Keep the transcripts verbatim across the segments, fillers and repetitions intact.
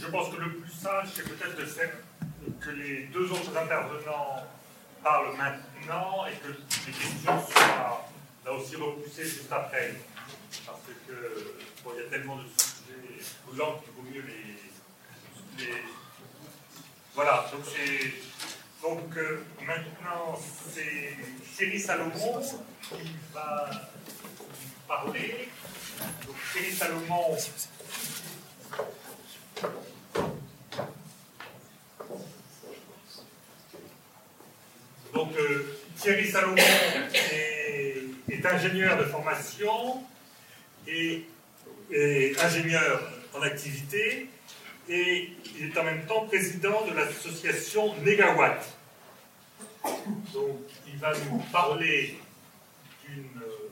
je pense que le plus sage, c'est peut-être de faire que les deux autres intervenants parlent maintenant et que les questions soient là aussi repoussées juste après. Parce que bon, il y a tellement de sujets brûlants qu'il vaut mieux les... les... Voilà, donc c'est... Donc euh, maintenant, c'est Thierry Salomon qui va parler. Donc Thierry Salomon... Donc euh, Thierry Salomon est, est ingénieur de formation et, et ingénieur en activité, et il est en même temps président de l'association Négawatt. Donc il va nous parler d'une,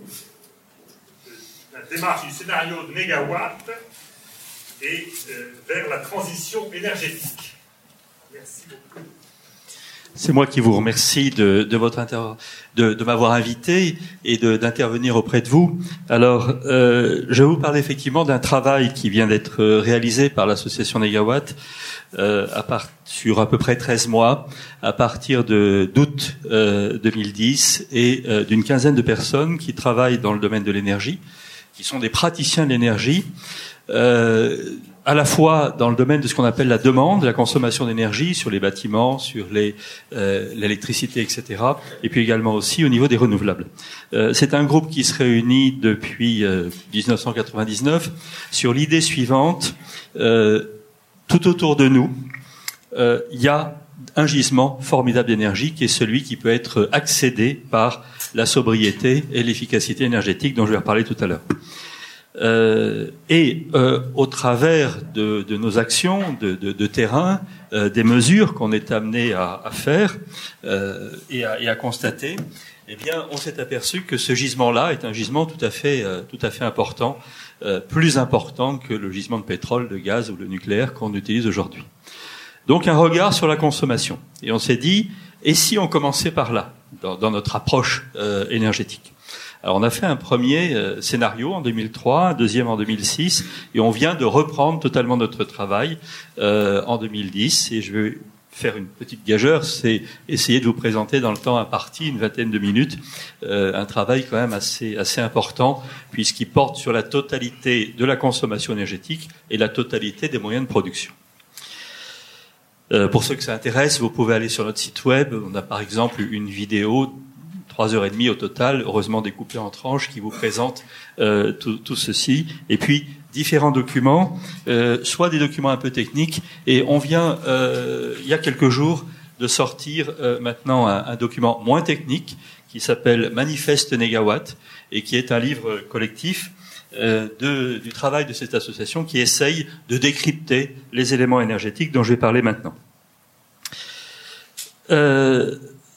de la démarche du scénario de Négawatt et euh, vers la transition énergétique. Merci beaucoup. C'est moi qui vous remercie de, de votre inter... de, de m'avoir invité et de, d'intervenir auprès de vous. Alors, euh, je vais vous parler effectivement d'un travail qui vient d'être réalisé par l'association Négawatt euh, à part... sur à peu près treize mois, à partir de d'août euh, deux mille dix, et euh, d'une quinzaine de personnes qui travaillent dans le domaine de l'énergie, qui sont des praticiens de l'énergie, euh, à la fois dans le domaine de ce qu'on appelle la demande, la consommation d'énergie sur les bâtiments, sur les, euh, l'électricité, et cetera, et puis également aussi au niveau des renouvelables. Euh, c'est un groupe qui se réunit depuis euh, dix-neuf cent quatre-vingt-dix-neuf sur l'idée suivante: euh, tout autour de nous, euh, il y a un gisement formidable d'énergie qui est celui qui peut être accédé par la sobriété et l'efficacité énergétique dont je vais reparler tout à l'heure. Euh, et euh, au travers de, de nos actions de, de, de terrain, euh, des mesures qu'on est amené à, à faire euh, et, à, et à constater, eh bien, on s'est aperçu que ce gisement-là est un gisement tout à fait, euh, tout à fait important, euh, plus important que le gisement de pétrole, de gaz ou le nucléaire qu'on utilise aujourd'hui. Donc, un regard sur la consommation. Et on s'est dit, et si on commençait par là, dans, dans notre approche euh, énergétique? Alors, on a fait un premier euh, scénario en deux mille trois, un deuxième en deux mille six, et on vient de reprendre totalement notre travail euh, en deux mille dix. Et je vais faire une petite gageure, c'est essayer de vous présenter dans le temps imparti, une vingtaine de minutes, euh, un travail quand même assez assez important, puisqu'il porte sur la totalité de la consommation énergétique et la totalité des moyens de production. Euh, pour ceux que ça intéresse, vous pouvez aller sur notre site web. On a par exemple une vidéo, trois heures et demie au total, heureusement découpée en tranches, qui vous présente euh, tout, tout ceci. Et puis, différents documents, euh, soit des documents un peu techniques, et on vient, euh, il y a quelques jours, de sortir euh, maintenant un, un document moins technique, qui s'appelle Manifeste Négawatt, et qui est un livre collectif euh, de, du travail de cette association qui essaye de décrypter les éléments énergétiques dont je vais parler maintenant. Euh,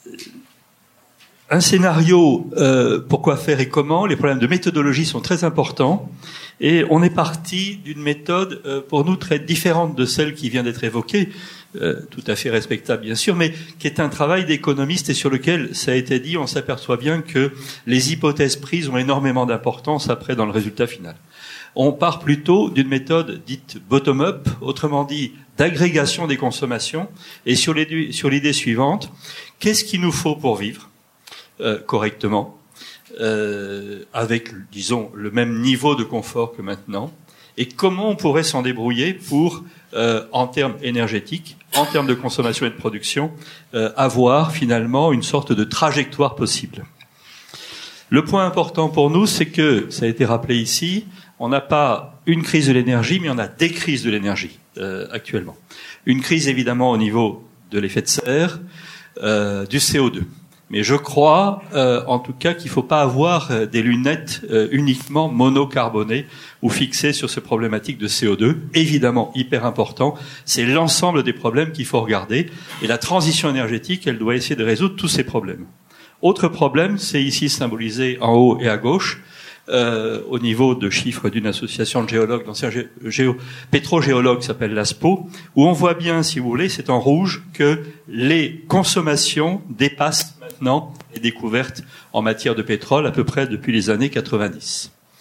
Un scénario, euh, pourquoi faire et comment. Les problèmes de méthodologie sont très importants, et on est parti d'une méthode euh, pour nous très différente de celle qui vient d'être évoquée, euh, tout à fait respectable bien sûr, mais qui est un travail d'économiste et sur lequel, ça a été dit, on s'aperçoit bien que les hypothèses prises ont énormément d'importance après dans le résultat final. On part plutôt d'une méthode dite bottom-up, autrement dit d'agrégation des consommations, et sur l'idée, sur l'idée suivante: qu'est-ce qu'il nous faut pour vivre Euh, correctement, euh, avec, disons, le même niveau de confort que maintenant, et comment on pourrait s'en débrouiller pour, euh, en termes énergétiques, en termes de consommation et de production, euh, avoir finalement une sorte de trajectoire possible. Le point important pour nous, c'est que, ça a été rappelé ici, on n'a pas une crise de l'énergie, mais on a des crises de l'énergie euh, actuellement. Une crise évidemment au niveau de l'effet de serre, euh, du C O deux. Mais je crois, euh, en tout cas, qu'il ne faut pas avoir euh, des lunettes euh, uniquement monocarbonées ou fixées sur ces problématiques de C O deux. Évidemment, hyper important, c'est l'ensemble des problèmes qu'il faut regarder. Et la transition énergétique, elle doit essayer de résoudre tous ces problèmes. Autre problème, c'est ici symbolisé en haut et à gauche, euh, au niveau de chiffres d'une association de géologues, d'anciens gé- géo- pétrogéologues qui s'appelle l'ASPO, où on voit bien, si vous voulez, c'est en rouge, que les consommations dépassent maintenant les découvertes en matière de pétrole à peu près depuis les années quatre-vingt-dix.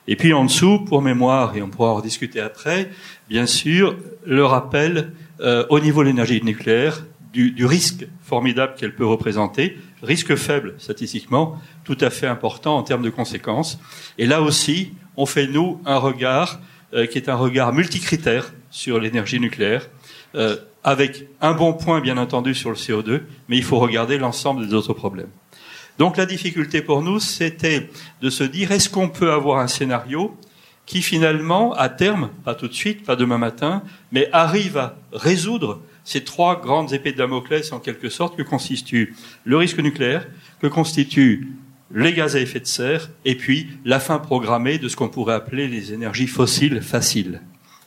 Et puis en dessous, pour mémoire, et on pourra en rediscuter après, bien sûr, le rappel euh, au niveau de l'énergie nucléaire du, du risque formidable qu'elle peut représenter, risque faible statistiquement, tout à fait important en termes de conséquences. Et là aussi, on fait, nous, un regard euh, qui est un regard multicritère sur l'énergie nucléaire, euh, avec un bon point, bien entendu, sur le C O deux, mais il faut regarder l'ensemble des autres problèmes. Donc la difficulté pour nous, c'était de se dire, est-ce qu'on peut avoir un scénario qui finalement, à terme, pas tout de suite, pas demain matin, mais arrive à résoudre ces trois grandes épées de Damoclès, en quelque sorte, que constituent le risque nucléaire, que constituent les gaz à effet de serre, et puis la fin programmée de ce qu'on pourrait appeler les énergies fossiles faciles.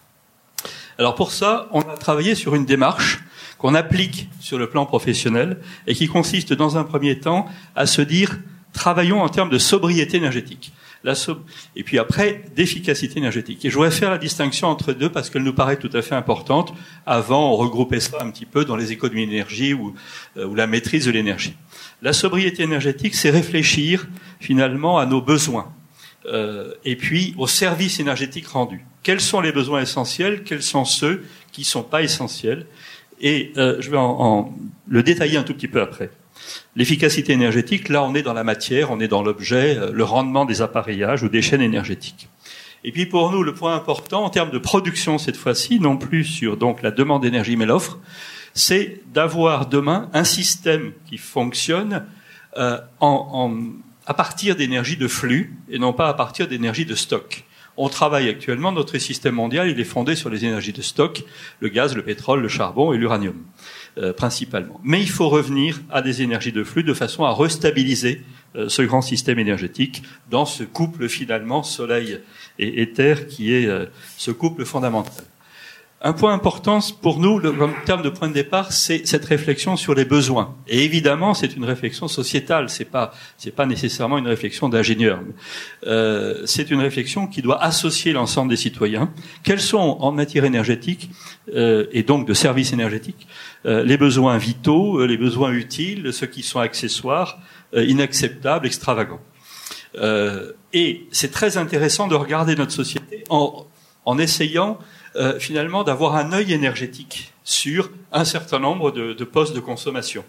Alors pour ça, on a travaillé sur une démarche qu'on applique sur le plan professionnel et qui consiste dans un premier temps à se dire travaillons en termes de sobriété énergétique. La so- et puis après, d'efficacité énergétique. Et je voudrais faire la distinction entre deux parce qu'elle nous paraît tout à fait importante. Avant, on regroupait ça un petit peu dans les économies d'énergie ou, euh, ou la maîtrise de l'énergie. La sobriété énergétique, c'est réfléchir finalement à nos besoins euh, et puis aux services énergétiques rendus. Quels sont les besoins essentiels? Quels sont ceux qui ne sont pas essentiels? Et euh, je vais en, en le détailler un tout petit peu après. L'efficacité énergétique, là, on est dans la matière, on est dans l'objet, euh, le rendement des appareillages ou des chaînes énergétiques. Et puis pour nous, le point important en termes de production cette fois-ci, non plus sur donc la demande d'énergie mais l'offre, c'est d'avoir demain un système qui fonctionne euh, en, en, à partir d'énergie de flux et non pas à partir d'énergie de stock. On travaille actuellement, notre système mondial, il est fondé sur les énergies de stock, le gaz, le pétrole, le charbon et l'uranium, euh, principalement. Mais il faut revenir à des énergies de flux de façon à restabiliser euh, ce grand système énergétique dans ce couple finalement soleil et, et terre qui est euh, ce couple fondamental. Un point important pour nous, le, en termes de point de départ, c'est cette réflexion sur les besoins. Et évidemment, c'est une réflexion sociétale. C'est pas, c'est pas nécessairement une réflexion d'ingénieur. Euh, c'est une réflexion qui doit associer l'ensemble des citoyens. Quels sont, en matière énergétique euh, et donc de services énergétiques, euh, les besoins vitaux, euh, les besoins utiles, ceux qui sont accessoires, euh, inacceptables, extravagants. Euh, et c'est très intéressant de regarder notre société en, en essayant Euh, finalement d'avoir un œil énergétique sur un certain nombre de, de postes de consommation.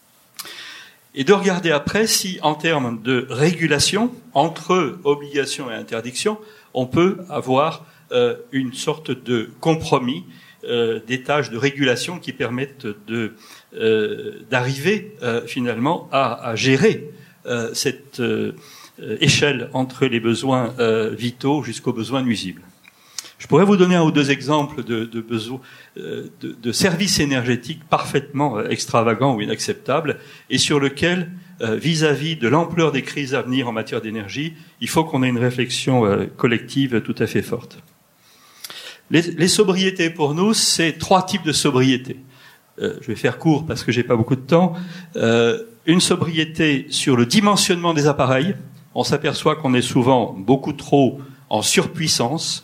Et de regarder après si, en termes de régulation, entre obligation et interdiction, on peut avoir euh, une sorte de compromis, euh, des tâches de régulation qui permettent de, euh, d'arriver euh, finalement à, à gérer euh, cette euh, échelle entre les besoins euh, vitaux jusqu'aux besoins nuisibles. Je pourrais vous donner un ou deux exemples de, de besoins, de, de services énergétiques parfaitement extravagants ou inacceptables, et sur lesquels, euh, vis-à-vis de l'ampleur des crises à venir en matière d'énergie, il faut qu'on ait une réflexion euh, collective tout à fait forte. Les, les sobriétés pour nous, c'est trois types de sobriété. Euh, je vais faire court parce que j'ai pas beaucoup de temps. Euh, une sobriété sur le dimensionnement des appareils. On s'aperçoit qu'on est souvent beaucoup trop en surpuissance.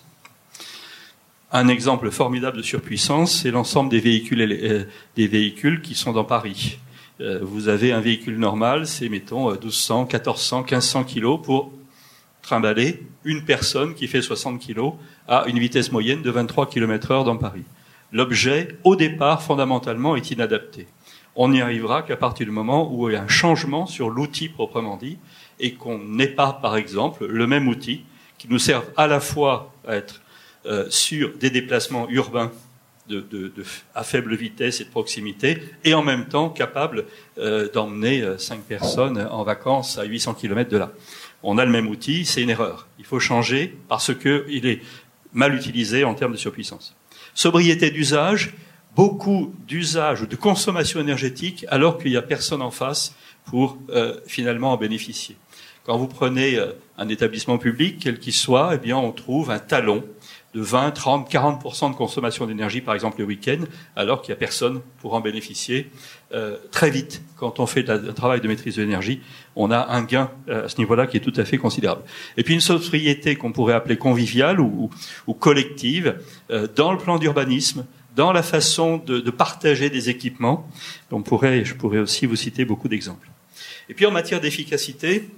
Un exemple formidable de surpuissance, c'est l'ensemble des véhicules, euh, des véhicules qui sont dans Paris. Euh, vous avez un véhicule normal, c'est mettons douze cents, quatorze cents, quinze cents kilos pour trimballer une personne qui fait soixante kilos à une vitesse moyenne de vingt-trois kilomètres heure dans Paris. L'objet, au départ, fondamentalement, est inadapté. On n'y arrivera qu'à partir du moment où il y a un changement sur l'outil proprement dit et qu'on n'ait pas, par exemple, le même outil qui nous serve à la fois à être Euh, sur des déplacements urbains de, de, de, à faible vitesse et de proximité, et en même temps capable euh, d'emmener euh, cinq personnes en vacances à huit cents kilomètres de là. On a le même outil, c'est une erreur. Il faut changer parce qu'il est mal utilisé en termes de surpuissance. Sobriété d'usage, beaucoup d'usage ou de consommation énergétique alors qu'il n'y a personne en face pour euh, finalement en bénéficier. Quand vous prenez euh, un établissement public, quel qu'il soit, eh bien on trouve un talon de vingt, trente, quarante pour cent de consommation d'énergie, par exemple, le week-end, alors qu'il n'y a personne pour en bénéficier. Euh, très vite, quand on fait un travail de maîtrise de l'énergie, on a un gain euh, à ce niveau-là qui est tout à fait considérable. Et puis une sobriété qu'on pourrait appeler conviviale ou, ou, ou collective, euh, dans le plan d'urbanisme, dans la façon de, de partager des équipements. On pourrait, je pourrais aussi vous citer beaucoup d'exemples. Et puis en matière d'efficacité,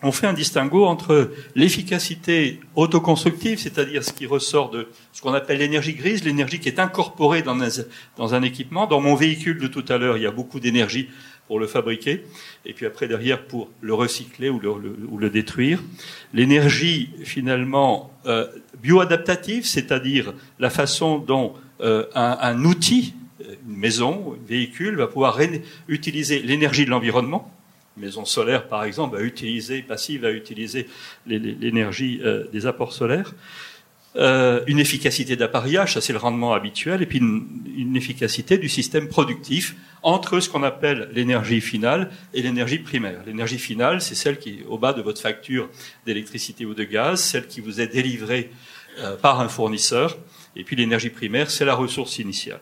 on fait un distinguo entre l'efficacité autoconstructive, c'est-à-dire ce qui ressort de ce qu'on appelle l'énergie grise, l'énergie qui est incorporée dans un, dans un équipement. Dans mon véhicule de tout à l'heure, il y a beaucoup d'énergie pour le fabriquer, et puis après derrière pour le recycler ou le, le, ou le détruire. L'énergie finalement euh, bioadaptative, c'est-à-dire la façon dont euh, un, un outil, une maison, un véhicule, va pouvoir ré- utiliser l'énergie de l'environnement. Une maison solaire, par exemple, va utiliser, passive, va utiliser l'énergie euh, des apports solaires. Euh, une efficacité d'appareillage, ça c'est le rendement habituel, et puis une, une efficacité du système productif entre ce qu'on appelle l'énergie finale et l'énergie primaire. L'énergie finale, c'est celle qui est au bas de votre facture d'électricité ou de gaz, celle qui vous est délivrée euh, par un fournisseur, et puis l'énergie primaire, c'est la ressource initiale.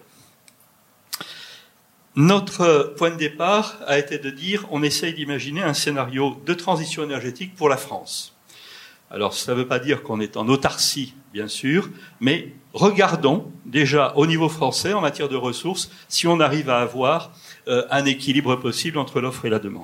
Notre point de départ a été de dire on essaye d'imaginer un scénario de transition énergétique pour la France. Alors, ça ne veut pas dire qu'on est en autarcie, bien sûr, mais regardons déjà au niveau français, en matière de ressources, si on arrive à avoir euh, un équilibre possible entre l'offre et la demande.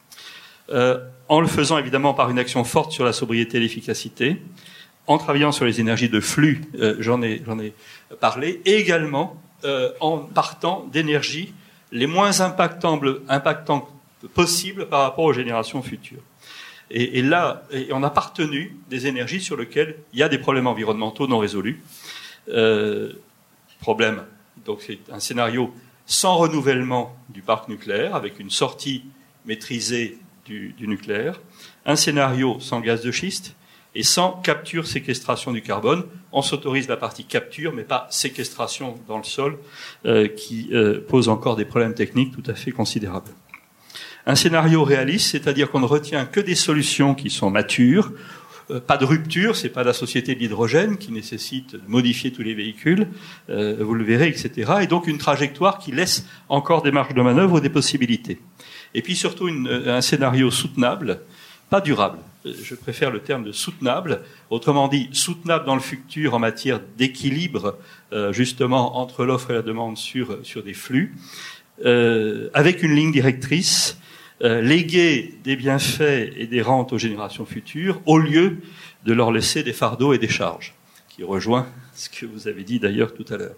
Euh, en le faisant évidemment par une action forte sur la sobriété et l'efficacité, en travaillant sur les énergies de flux, euh, j'en ai, j'en ai parlé, et également euh, en partant d'énergies les moins impactantes, impactantes possibles par rapport aux générations futures. Et, et là, et on a partenu des énergies sur lesquelles il y a des problèmes environnementaux non résolus. Euh, problème, donc c'est un scénario sans renouvellement du parc nucléaire, avec une sortie maîtrisée du, du nucléaire. Un scénario sans gaz de schiste et sans capture-séquestration du carbone. On s'autorise la partie capture, mais pas séquestration dans le sol, euh, qui euh, pose encore des problèmes techniques tout à fait considérables. Un scénario réaliste, c'est-à-dire qu'on ne retient que des solutions qui sont matures, euh, pas de rupture, c'est pas la société de l'hydrogène qui nécessite de modifier tous les véhicules, euh, vous le verrez, et cetera. Et donc une trajectoire qui laisse encore des marges de manœuvre ou des possibilités. Et puis surtout une, un scénario soutenable, pas durable. Je préfère le terme de soutenable, autrement dit soutenable dans le futur en matière d'équilibre euh, justement entre l'offre et la demande sur, sur des flux, euh, avec une ligne directrice, euh, léguer des bienfaits et des rentes aux générations futures au lieu de leur laisser des fardeaux et des charges, qui rejoint ce que vous avez dit d'ailleurs tout à l'heure.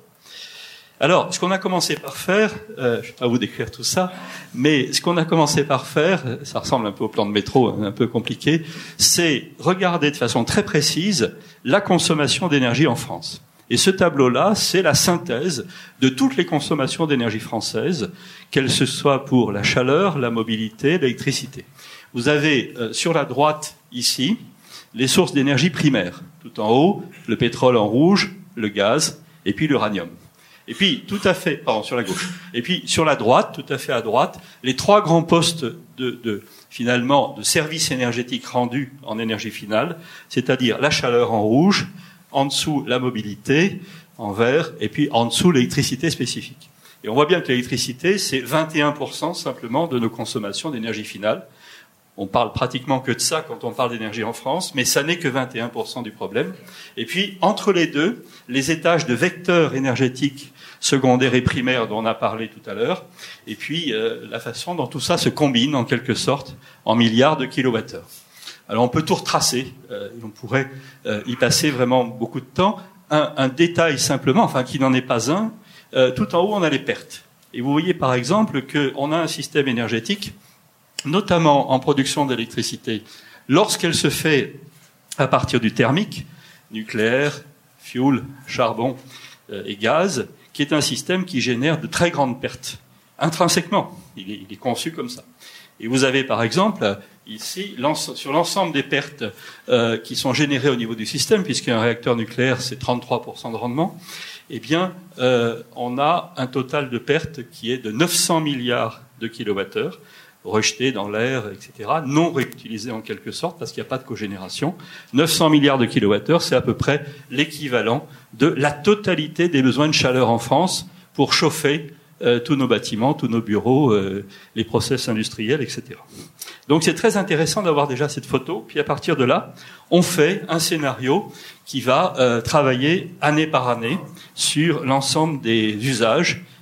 Alors, ce qu'on a commencé par faire, euh, je ne vais pas vous décrire tout ça, mais ce qu'on a commencé par faire, ça ressemble un peu au plan de métro, un peu compliqué, c'est regarder de façon très précise la consommation d'énergie en France. Et ce tableau-là, c'est la synthèse de toutes les consommations d'énergie françaises, qu'elles se soient pour la chaleur, la mobilité, l'électricité. Vous avez euh, sur la droite, ici, les sources d'énergie primaires. Tout en haut, le pétrole en rouge, le gaz, et puis l'uranium. Et puis, tout à fait, pardon, sur la gauche. Et puis, sur la droite, tout à fait à droite, les trois grands postes de, de, finalement, de services énergétiques rendus en énergie finale, c'est-à-dire la chaleur en rouge, en dessous la mobilité, en vert, et puis en dessous l'électricité spécifique. Et on voit bien que l'électricité, c'est vingt et un pour cent simplement de nos consommations d'énergie finale. On parle pratiquement que de ça quand on parle d'énergie en France, mais ça n'est que vingt et un pour cent du problème. Et puis, entre les deux, les étages de vecteurs énergétiques secondaires et primaires dont on a parlé tout à l'heure, et puis euh, la façon dont tout ça se combine, en quelque sorte, en milliards de kilowattheures. Alors, on peut tout retracer, euh, on pourrait euh, y passer vraiment beaucoup de temps. Un, un détail simplement, enfin, qui n'en est pas un, euh, tout en haut, on a les pertes. Et vous voyez, par exemple, qu'on a un système énergétique, notamment en production d'électricité, lorsqu'elle se fait à partir du thermique, nucléaire, fioul, charbon euh, et gaz, qui est un système qui génère de très grandes pertes, intrinsèquement. Il est, il est conçu comme ça. Et vous avez, par exemple, ici, sur l'ensemble des pertes euh, qui sont générées au niveau du système, puisqu'un réacteur nucléaire, c'est trente-trois pour cent de rendement, eh bien, euh, on a un total de pertes qui est de neuf cents milliards de kilowattheures, rejetés dans l'air, et cetera, non réutilisés en quelque sorte, parce qu'il n'y a pas de cogénération. neuf cents milliards de kilowattheures, c'est à peu près l'équivalent de la totalité des besoins de chaleur en France pour chauffer euh, tous nos bâtiments, tous nos bureaux, euh, les process industriels, et cetera. Donc c'est très intéressant d'avoir déjà cette photo, puis à partir de là, on fait un scénario qui va euh, travailler année par année sur l'ensemble des usages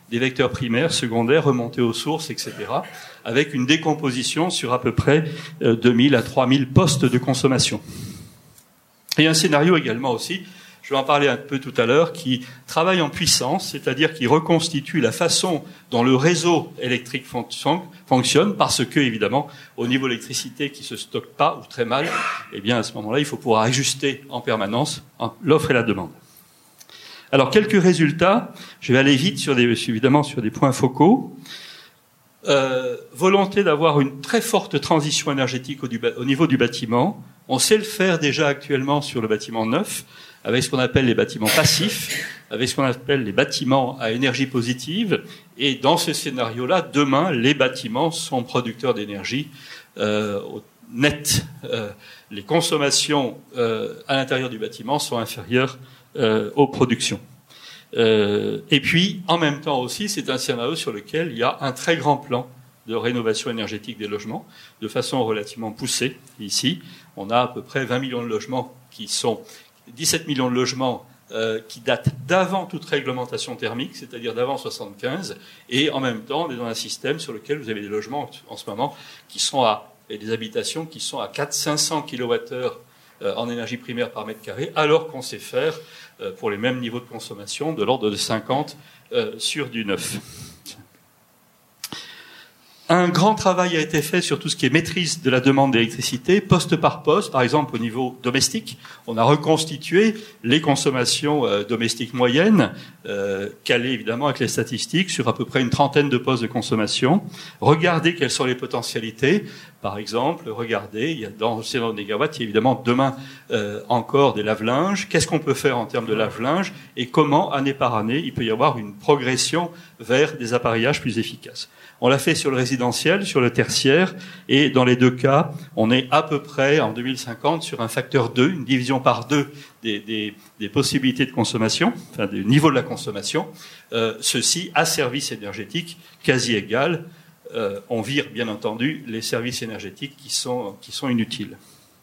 des vecteurs primaires, secondaires, remontés aux sources, et cetera, avec une décomposition sur à peu près deux mille à trois mille postes de consommation. Et un scénario également aussi, je vais en parler un peu tout à l'heure, qui travaille en puissance, c'est-à-dire qui reconstitue la façon dont le réseau électrique fonctionne, parce que, évidemment, au niveau électricité qui se stocke pas ou très mal, eh bien, à ce moment-là, il faut pouvoir ajuster en permanence l'offre et la demande. Alors, quelques résultats. Je vais aller vite sur des, évidemment, sur des points focaux. Euh, volonté d'avoir une très forte transition énergétique au, du, au niveau du bâtiment. On sait le faire déjà actuellement sur le bâtiment neuf, avec ce qu'on appelle les bâtiments passifs, avec ce qu'on appelle les bâtiments à énergie positive. Et dans ce scénario-là, demain, les bâtiments sont producteurs d'énergie euh, net. Euh, les consommations euh, à l'intérieur du bâtiment sont inférieures euh, aux productions. Euh, et puis, en même temps aussi, c'est un scénario sur lequel il y a un très grand plan de rénovation énergétique des logements, de façon relativement poussée. Ici, on a à peu près vingt millions de logements qui sont, dix-sept millions de logements euh, qui datent d'avant toute réglementation thermique, c'est-à-dire d'avant soixante-quinze, et en même temps, on est dans un système sur lequel vous avez des logements en ce moment qui sont à, et des habitations qui sont à quatre cents à cinq cents kilowattheures euh, en énergie primaire par mètre carré, alors qu'on sait faire euh, pour les mêmes niveaux de consommation de l'ordre de cinquante euh, sur du neuf. Un grand travail a été fait sur tout ce qui est maîtrise de la demande d'électricité, poste par poste, par exemple au niveau domestique. On a reconstitué les consommations euh, domestiques moyennes, euh, calées évidemment avec les statistiques, sur à peu près une trentaine de postes de consommation. Regardez quelles sont les potentialités. Par exemple, regardez, il y a dans le scénario de négawatts, il y a évidemment demain euh, encore des lave-linges. Qu'est-ce qu'on peut faire en termes de lave-linge et comment, année par année, il peut y avoir une progression vers des appareillages plus efficaces. On l'a fait sur le résidentiel, sur le tertiaire, et dans les deux cas, on est à peu près, en deux mille cinquante, sur un facteur deux, une division par deux des, des, des possibilités de consommation, enfin du niveau de la consommation, euh, ceci à service énergétique quasi égal. Euh, on vire, bien entendu, les services énergétiques qui sont, qui sont inutiles.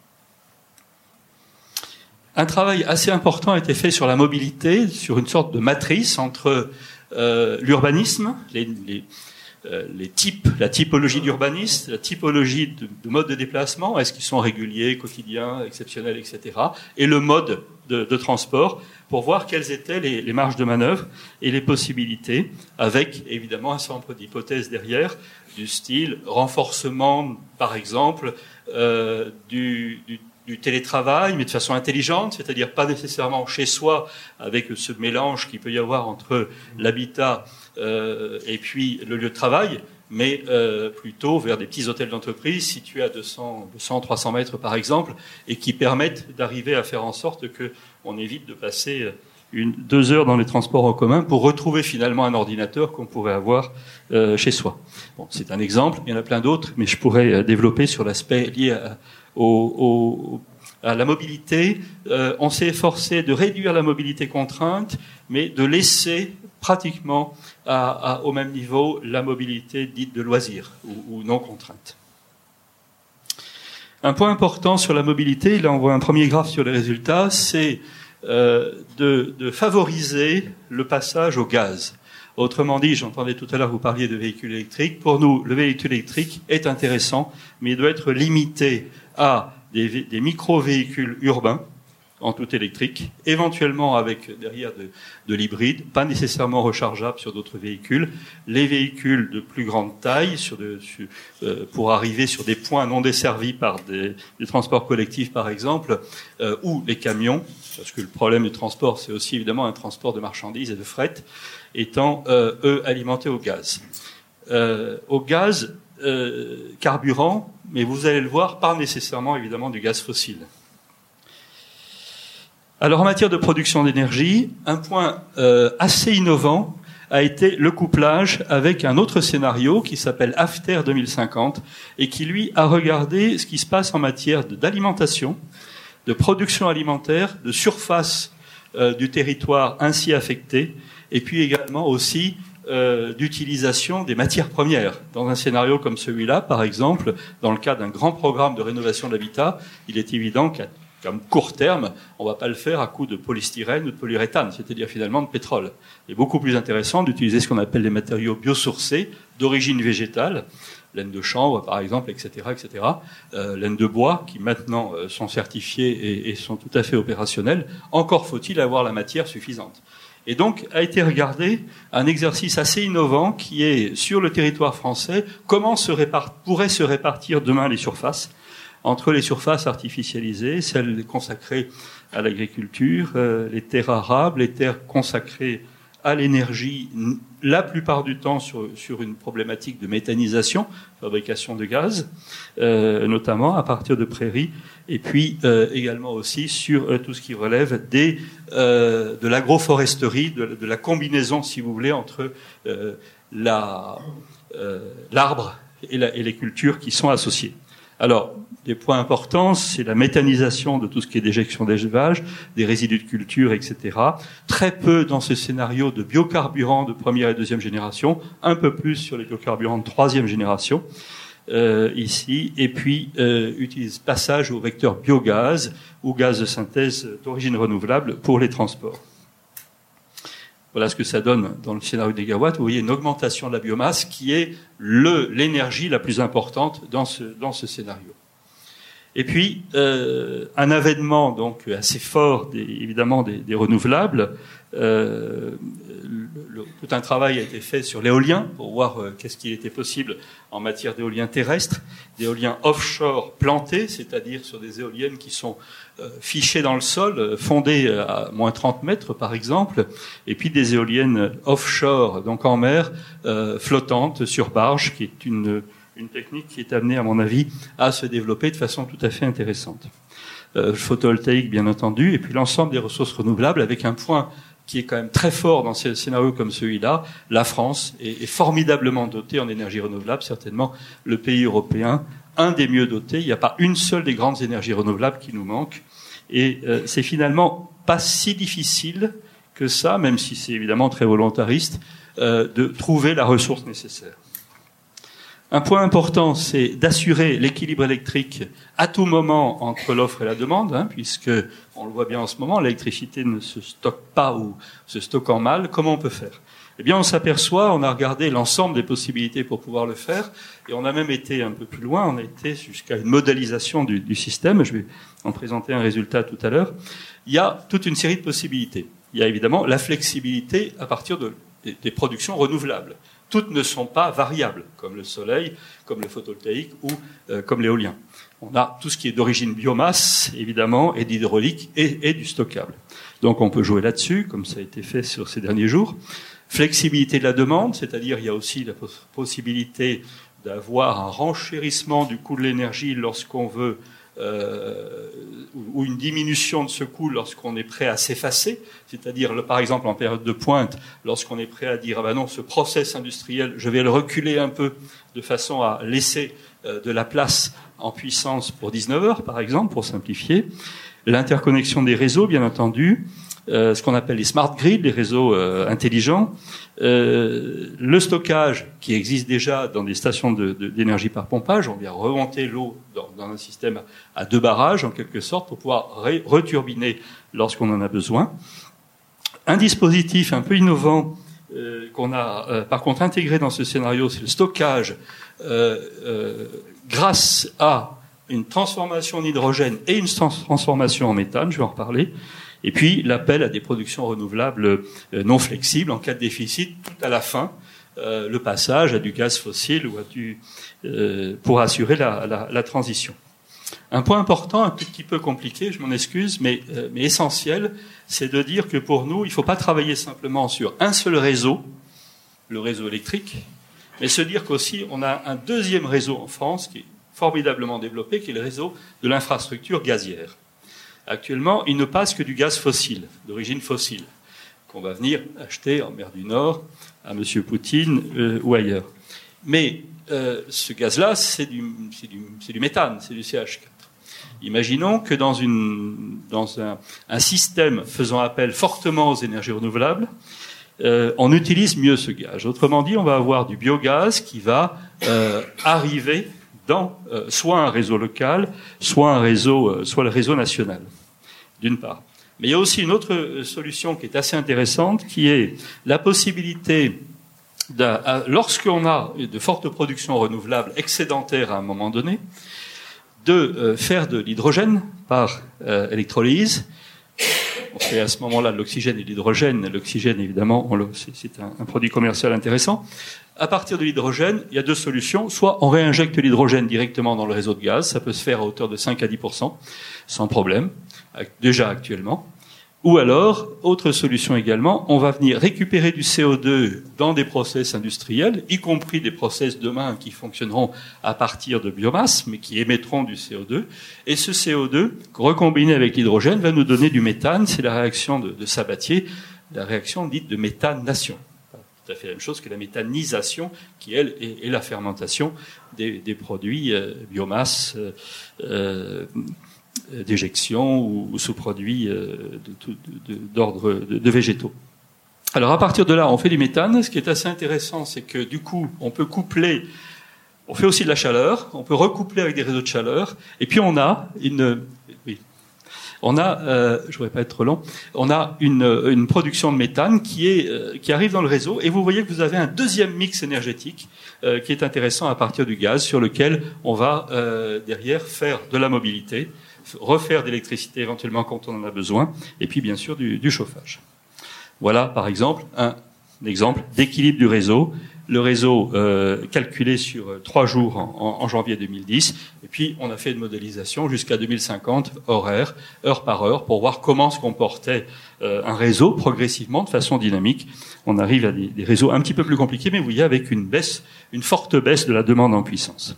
Un travail assez important a été fait sur la mobilité, sur une sorte de matrice entre euh, l'urbanisme, les, les Euh, les types, la typologie d'urbanistes, la typologie de, de mode de déplacement, est-ce qu'ils sont réguliers, quotidiens, exceptionnels, et cetera, et le mode de, de transport, pour voir quelles étaient les, les marges de manœuvre et les possibilités, avec évidemment un certain nombre d'hypothèses derrière, du style renforcement, par exemple, euh, du, du du télétravail, mais de façon intelligente, c'est-à-dire pas nécessairement chez soi, avec ce mélange qu'il peut y avoir entre l'habitat euh, et puis le lieu de travail, mais euh, plutôt vers des petits hôtels d'entreprise situés à deux cents, deux cents, trois cents mètres par exemple, et qui permettent d'arriver à faire en sorte que on évite de passer une, deux heures dans les transports en commun pour retrouver finalement un ordinateur qu'on pourrait avoir euh, chez soi. Bon, c'est un exemple, il y en a plein d'autres, mais je pourrais développer sur l'aspect lié à Au, au, à la mobilité. Euh, on s'est efforcé de réduire la mobilité contrainte, mais de laisser pratiquement à, à, au même niveau la mobilité dite de loisir ou, ou non contrainte. Un point important sur la mobilité, là on voit un premier graphe sur les résultats, c'est euh, de, de favoriser le passage au gaz. Autrement dit, j'entendais tout à l'heure vous parliez de véhicules électriques. Pour nous, le véhicule électrique est intéressant, mais il doit être limité à des, des micro-véhicules urbains, en tout électrique, éventuellement avec derrière de, de l'hybride, pas nécessairement rechargeable sur d'autres véhicules. Les véhicules de plus grande taille, sur de, sur, euh, pour arriver sur des points non desservis par des, des transports collectifs, par exemple, euh, ou les camions, parce que le problème du transport, c'est aussi évidemment un transport de marchandises et de fret, étant, euh, eux, alimentés au gaz. Euh, au gaz euh, carburant, mais vous allez le voir, pas nécessairement, évidemment, du gaz fossile. Alors, en matière de production d'énergie, un point euh, assez innovant a été le couplage avec un autre scénario qui s'appelle After deux mille cinquante et qui, lui, a regardé ce qui se passe en matière d'alimentation, de production alimentaire, de surface euh, du territoire ainsi affecté, et puis également aussi euh, d'utilisation des matières premières. Dans un scénario comme celui-là, par exemple, dans le cas d'un grand programme de rénovation de l'habitat, il est évident qu'à comme court terme, on ne va pas le faire à coup de polystyrène ou de polyuréthane, c'est-à-dire finalement de pétrole. Il est beaucoup plus intéressant d'utiliser ce qu'on appelle les matériaux biosourcés d'origine végétale, laine de chanvre par exemple, et cetera, et cetera. Euh, laine de bois qui maintenant euh, sont certifiés et, et sont tout à fait opérationnels. Encore faut-il avoir la matière suffisante. Et donc a été regardé un exercice assez innovant qui est sur le territoire français, comment se répart- pourraient se répartir demain les surfaces entre les surfaces artificialisées, celles consacrées à l'agriculture, euh, les terres arables, les terres consacrées à l'énergie, la plupart du temps sur, sur une problématique de méthanisation, fabrication de gaz, euh, notamment à partir de prairies, et puis euh, également aussi sur euh, tout ce qui relève des, euh, de l'agroforesterie, de, de la combinaison, si vous voulez, entre euh, la, euh, l'arbre et, la, et les cultures qui sont associées. Alors, des points importants, c'est la méthanisation de tout ce qui est déjection d'élevage, des résidus de culture, et cetera. Très peu dans ce scénario de biocarburants de première et deuxième génération, un peu plus sur les biocarburants de troisième génération, euh, ici, et puis euh, utilise passage au vecteur biogaz ou gaz de synthèse d'origine renouvelable pour les transports. Voilà ce que ça donne dans le scénario des gigawatts. Vous voyez une augmentation de la biomasse qui est le, l'énergie la plus importante dans ce, dans ce scénario. Et puis, euh, un avènement donc assez fort, des, évidemment, des, des renouvelables. Euh, le, le, tout un travail a été fait sur l'éolien pour voir euh, qu'est-ce qu'il était possible en matière d'éolien terrestre, d'éolien offshore plantés, c'est-à-dire sur des éoliennes qui sont euh, fichées dans le sol, euh, fondées à moins trente mètres par exemple, et puis des éoliennes offshore, donc en mer, euh, flottantes sur barge, qui est une une technique qui est amenée, à mon avis, à se développer de façon tout à fait intéressante. Euh, photovoltaïque, bien entendu, et puis l'ensemble des ressources renouvelables, avec un point qui est quand même très fort dans ces scénarios comme celui-là. La France est, est formidablement dotée en énergie renouvelable, certainement le pays européen, un des mieux dotés. Il n'y a pas une seule des grandes énergies renouvelables qui nous manque. Et euh, c'est finalement pas si difficile que ça, même si c'est évidemment très volontariste, euh, de trouver la ressource nécessaire. Un point important, c'est d'assurer l'équilibre électrique à tout moment entre l'offre et la demande, hein, puisque, on le voit bien en ce moment, l'électricité ne se stocke pas ou se stocke en mal. Comment on peut faire ? Eh bien, on s'aperçoit, on a regardé l'ensemble des possibilités pour pouvoir le faire, et on a même été un peu plus loin, on a été jusqu'à une modélisation du, du système. Je vais en présenter un résultat tout à l'heure. Il y a toute une série de possibilités. Il y a évidemment la flexibilité à partir de, des, des productions renouvelables. Toutes ne sont pas variables, comme le soleil, comme le photovoltaïque ou euh, comme l'éolien. On a tout ce qui est d'origine biomasse, évidemment, et d'hydraulique et, et du stockable. Donc on peut jouer là-dessus, comme ça a été fait sur ces derniers jours. Flexibilité de la demande, c'est-à-dire il y a aussi la poss- possibilité d'avoir un renchérissement du coût de l'énergie lorsqu'on veut, euh, ou une diminution de ce coût lorsqu'on est prêt à s'effacer, c'est-à-dire le, par exemple en période de pointe, lorsqu'on est prêt à dire ah ben non, ce process industriel, je vais le reculer un peu de façon à laisser euh, de la place en puissance pour dix-neuf heures, par exemple, pour simplifier. L'interconnexion des réseaux, bien entendu, euh, ce qu'on appelle les smart grids, les réseaux euh, intelligents, euh, le stockage qui existe déjà dans des stations de, de, d'énergie par pompage. On vient remonter l'eau dans, dans un système à deux barrages, en quelque sorte, pour pouvoir ré, returbiner lorsqu'on en a besoin. Un dispositif un peu innovant euh, qu'on a, euh, par contre, intégré dans ce scénario, c'est le stockage euh, euh, grâce à une transformation en hydrogène et une transformation en méthane, je vais en reparler. Et puis, l'appel à des productions renouvelables non flexibles en cas de déficit, tout à la fin, euh, le passage à du gaz fossile ou à du, euh, pour assurer la, la, la transition. Un point important, un tout petit peu compliqué, je m'en excuse, mais, euh, mais essentiel, c'est de dire que pour nous, il ne faut pas travailler simplement sur un seul réseau, le réseau électrique, mais se dire qu'aussi, on a un deuxième réseau en France qui est formidablement développé, qui est le réseau de l'infrastructure gazière. Actuellement, il ne passe que du gaz fossile, d'origine fossile, qu'on va venir acheter en mer du Nord à M. Poutine euh, ou ailleurs. Mais euh, ce gaz-là, c'est du, c'est, du, c'est du méthane, c'est du C H quatre. Imaginons que dans, une, dans un, un système faisant appel fortement aux énergies renouvelables, euh, on utilise mieux ce gaz. Autrement dit, on va avoir du biogaz qui va euh, arriver dans euh, soit un réseau local, soit un réseau, euh, soit le réseau national, d'une part. Mais il y a aussi une autre solution qui est assez intéressante, qui est la possibilité, lorsqu'on a de fortes productions renouvelables excédentaires à un moment donné, de euh, faire de l'hydrogène par euh, électrolyse. On fait à ce moment-là de l'oxygène et de l'hydrogène. L'oxygène, évidemment, on le, c'est, c'est un, un produit commercial intéressant. À partir de l'hydrogène, il y a deux solutions. Soit on réinjecte l'hydrogène directement dans le réseau de gaz, ça peut se faire à hauteur de cinq à dix pour cent, sans problème, déjà actuellement. Ou alors, autre solution également, on va venir récupérer du C O deux dans des process industriels, y compris des process demain qui fonctionneront à partir de biomasse, mais qui émettront du C O deux. Et ce C O deux, recombiné avec l'hydrogène, va nous donner du méthane. C'est la réaction de, de Sabatier, la réaction dite de méthanation. Tout à fait la même chose que la méthanisation, qui, elle, est, est la fermentation des, des produits euh, biomasse, euh, euh, d'éjection ou, ou sous-produits euh, de, de, de, d'ordre de, de végétaux. Alors à partir de là, on fait du méthane. Ce qui est assez intéressant, c'est que du coup, on peut coupler, on fait aussi de la chaleur, on peut recoupler avec des réseaux de chaleur, et puis on a une, oui, on a, euh, je voudrais pas être trop long, on a une, une production de méthane qui est, euh, qui arrive dans le réseau, et vous voyez que vous avez un deuxième mix énergétique euh, qui est intéressant à partir du gaz, sur lequel on va euh, derrière faire de la mobilité, refaire de l'électricité éventuellement quand on en a besoin, et puis bien sûr du, du chauffage. Voilà par exemple un exemple d'équilibre du réseau. Le réseau euh, calculé sur trois jours en, en, en janvier deux mille dix, et puis on a fait une modélisation jusqu'à deux mille cinquante, horaire, heure par heure, pour voir comment se comportait euh, un réseau progressivement, de façon dynamique. On arrive à des, des réseaux un petit peu plus compliqués, mais vous voyez, avec une baisse, une forte baisse de la demande en puissance.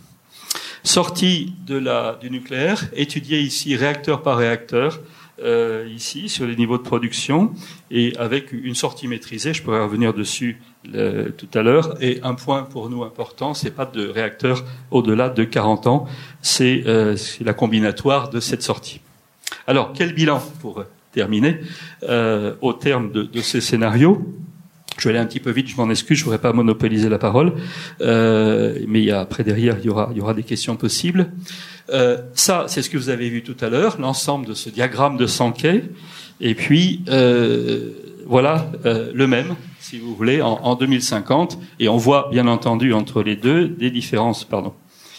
Sortie de la, du nucléaire, étudiée ici réacteur par réacteur, euh, ici sur les niveaux de production, et avec une sortie maîtrisée. Je pourrais revenir dessus le, tout à l'heure. Et un point pour nous important, c'est pas de réacteur au-delà de quarante ans, c'est, euh, c'est la combinatoire de cette sortie. Alors quel bilan pour terminer euh, au terme de, de ces scénarios? Je vais aller un petit peu vite, je m'en excuse, je ne voudrais pas monopoliser la parole, euh, mais il y a, après derrière, il y aura, il y aura des questions possibles. Euh, ça, c'est ce que vous avez vu tout à l'heure, l'ensemble de ce diagramme de Sankey, et puis euh, voilà euh, le même, si vous voulez, en, en deux mille cinquante, et on voit bien entendu entre les deux des différences, pardon,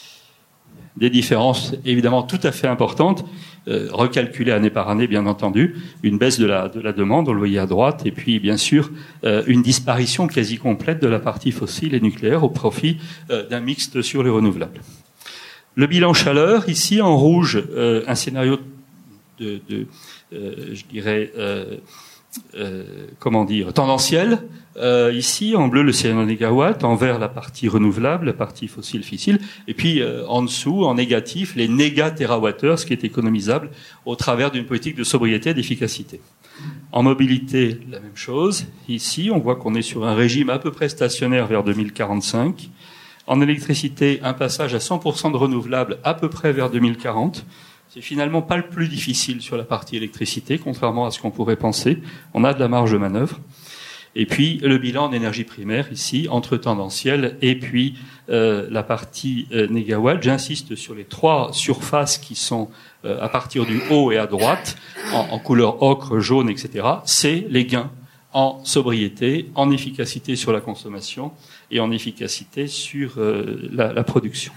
des différences évidemment tout à fait importantes. Euh, recalculé année par année, bien entendu, une baisse de la, de la demande, on le voyait à droite, et puis bien sûr euh, une disparition quasi complète de la partie fossile et nucléaire au profit euh, d'un mixte sur les renouvelables. Le bilan chaleur, ici en rouge, euh, un scénario de, de euh, je dirais, euh, euh, comment dire, tendanciel. Euh, ici, en bleu, le C N négawatt, en vert, la partie renouvelable, la partie fossile-fissile, et puis euh, en dessous, en négatif, les néga-térawattheures, ce qui est économisable au travers d'une politique de sobriété et d'efficacité. En mobilité, la même chose. Ici, on voit qu'on est sur un régime à peu près stationnaire vers deux mille quarante-cinq. En électricité, un passage à cent pour cent de renouvelables à peu près vers deux mille quarante. C'est finalement pas le plus difficile sur la partie électricité, contrairement à ce qu'on pourrait penser. On a de la marge de manœuvre. Et puis le bilan en énergie primaire ici, entre tendanciel et puis euh, la partie euh, négawatt. J'insiste sur les trois surfaces qui sont euh, à partir du haut et à droite, en, en couleur ocre, jaune, et cetera. C'est les gains en sobriété, en efficacité sur la consommation et en efficacité sur euh, la, la production.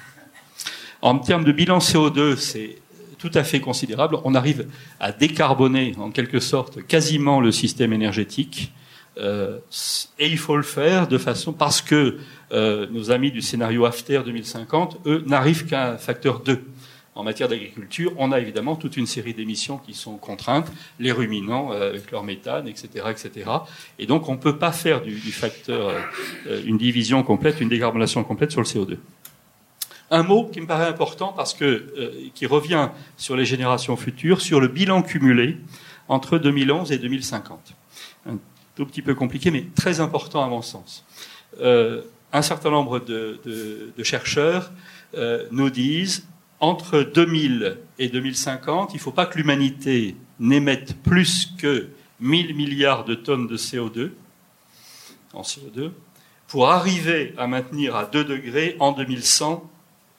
En termes de bilan C O deux, c'est tout à fait considérable. On arrive à décarboner en quelque sorte quasiment le système énergétique. Euh, et il faut le faire de façon parce que euh, nos amis du scénario After deux mille cinquante, eux, n'arrivent qu'à un facteur deux. En matière d'agriculture, on a évidemment toute une série d'émissions qui sont contraintes, les ruminants euh, avec leur méthane, et cetera, et cetera. Et donc, on ne peut pas faire du, du facteur euh, une division complète, une décarbonation complète sur le C O deux. Un mot qui me paraît important parce que euh, qui revient sur les générations futures, sur le bilan cumulé entre deux mille onze et deux mille cinquante. Un tout petit peu compliqué, mais très important à mon sens. Euh, un certain nombre de, de, de chercheurs euh, nous disent entre deux mille et deux mille cinquante, il ne faut pas que l'humanité n'émette plus que mille milliards de tonnes de C O deux, en C O deux, pour arriver à maintenir à deux degrés en deux mille cent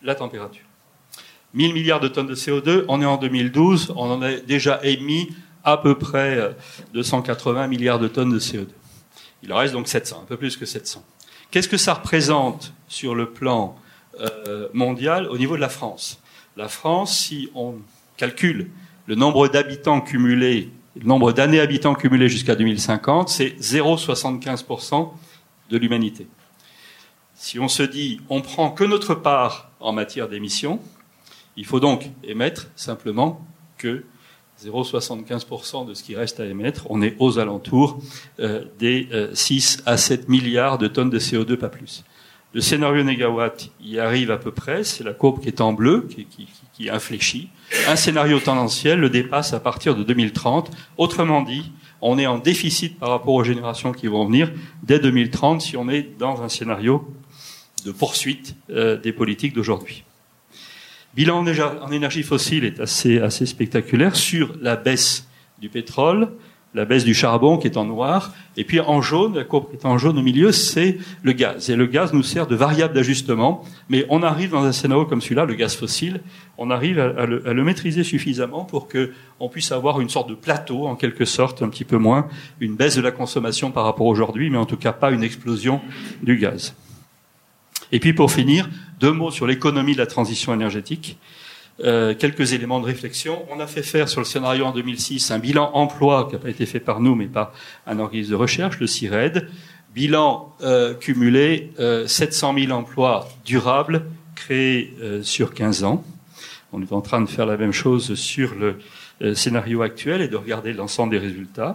la température. mille milliards de tonnes de C O deux, on est en deux mille douze, on en a déjà émis à peu près deux cent quatre-vingts milliards de tonnes de C O deux. Il en reste donc sept cents, un peu plus que sept cents. Qu'est-ce que ça représente sur le plan euh, mondial au niveau de la France ? La France, si on calcule le nombre d'habitants cumulés, le nombre d'années habitants cumulés jusqu'à deux mille cinquante, c'est zéro virgule soixante-quinze pour cent de l'humanité. Si on se dit, on prend que notre part en matière d'émissions, il faut donc émettre simplement que zéro virgule soixante-quinze pour cent de ce qui reste à émettre. On est aux alentours euh, des euh, six à sept milliards de tonnes de C O deux, pas plus. Le scénario négawatt y arrive à peu près, c'est la courbe qui est en bleu, qui, qui, qui infléchit. Un scénario tendanciel le dépasse à partir de deux mille trente. Autrement dit, on est en déficit par rapport aux générations qui vont venir dès deux mille trente si on est dans un scénario de poursuite euh, des politiques d'aujourd'hui. Bilan en énergie fossile est assez, assez spectaculaire sur la baisse du pétrole, la baisse du charbon qui est en noir, et puis en jaune, la courbe qui est en jaune au milieu, c'est le gaz. Et le gaz nous sert de variable d'ajustement, mais on arrive dans un scénario comme celui-là, le gaz fossile, on arrive à, à, le, à le maîtriser suffisamment pour qu'on puisse avoir une sorte de plateau, en quelque sorte, un petit peu moins, une baisse de la consommation par rapport à aujourd'hui, mais en tout cas pas une explosion du gaz. Et puis pour finir, deux mots sur l'économie de la transition énergétique. Euh, quelques éléments de réflexion. On a fait faire sur le scénario en deux mille six un bilan emploi qui n'a pas été fait par nous mais par un organisme de recherche, le CIRED. Bilan euh, cumulé, euh, sept cent mille emplois durables créés euh, sur quinze ans. On est en train de faire la même chose sur le euh, scénario actuel et de regarder l'ensemble des résultats.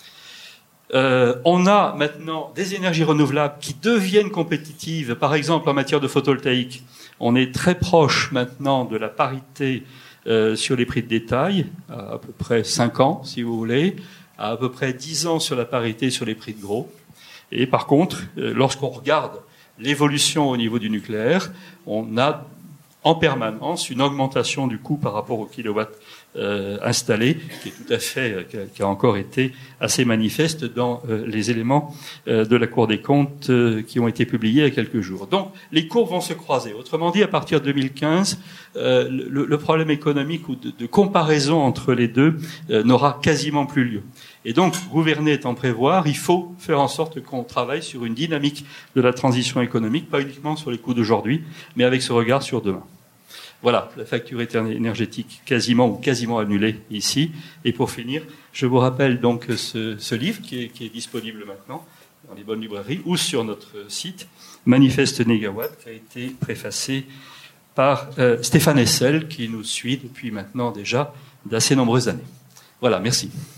Euh, on a maintenant des énergies renouvelables qui deviennent compétitives, par exemple en matière de photovoltaïque. On est très proche maintenant de la parité euh, sur les prix de détail, à, à peu près cinq ans, si vous voulez, à à peu près dix ans sur la parité sur les prix de gros. Et par contre, euh, lorsqu'on regarde l'évolution au niveau du nucléaire, on a en permanence une augmentation du coût par rapport au kilowatt euh, installé, qui est tout à fait, qui a, qui a encore été assez manifeste dans euh, les éléments euh, de la Cour des comptes euh, qui ont été publiés il y a quelques jours. Donc, les courbes vont se croiser. Autrement dit, à partir de deux mille quinze, euh, le, le problème économique ou de, de comparaison entre les deux euh, n'aura quasiment plus lieu. Et donc, gouverner étant prévoir, il faut faire en sorte qu'on travaille sur une dynamique de la transition économique, pas uniquement sur les coûts d'aujourd'hui, mais avec ce regard sur demain. Voilà, la facture énergétique quasiment ou quasiment annulée ici. Et pour finir, je vous rappelle donc ce, ce livre qui est, qui est disponible maintenant dans les bonnes librairies ou sur notre site, Manifeste Négawatt, qui a été préfacé par euh, Stéphane Hessel, qui nous suit depuis maintenant déjà d'assez nombreuses années. Voilà, merci.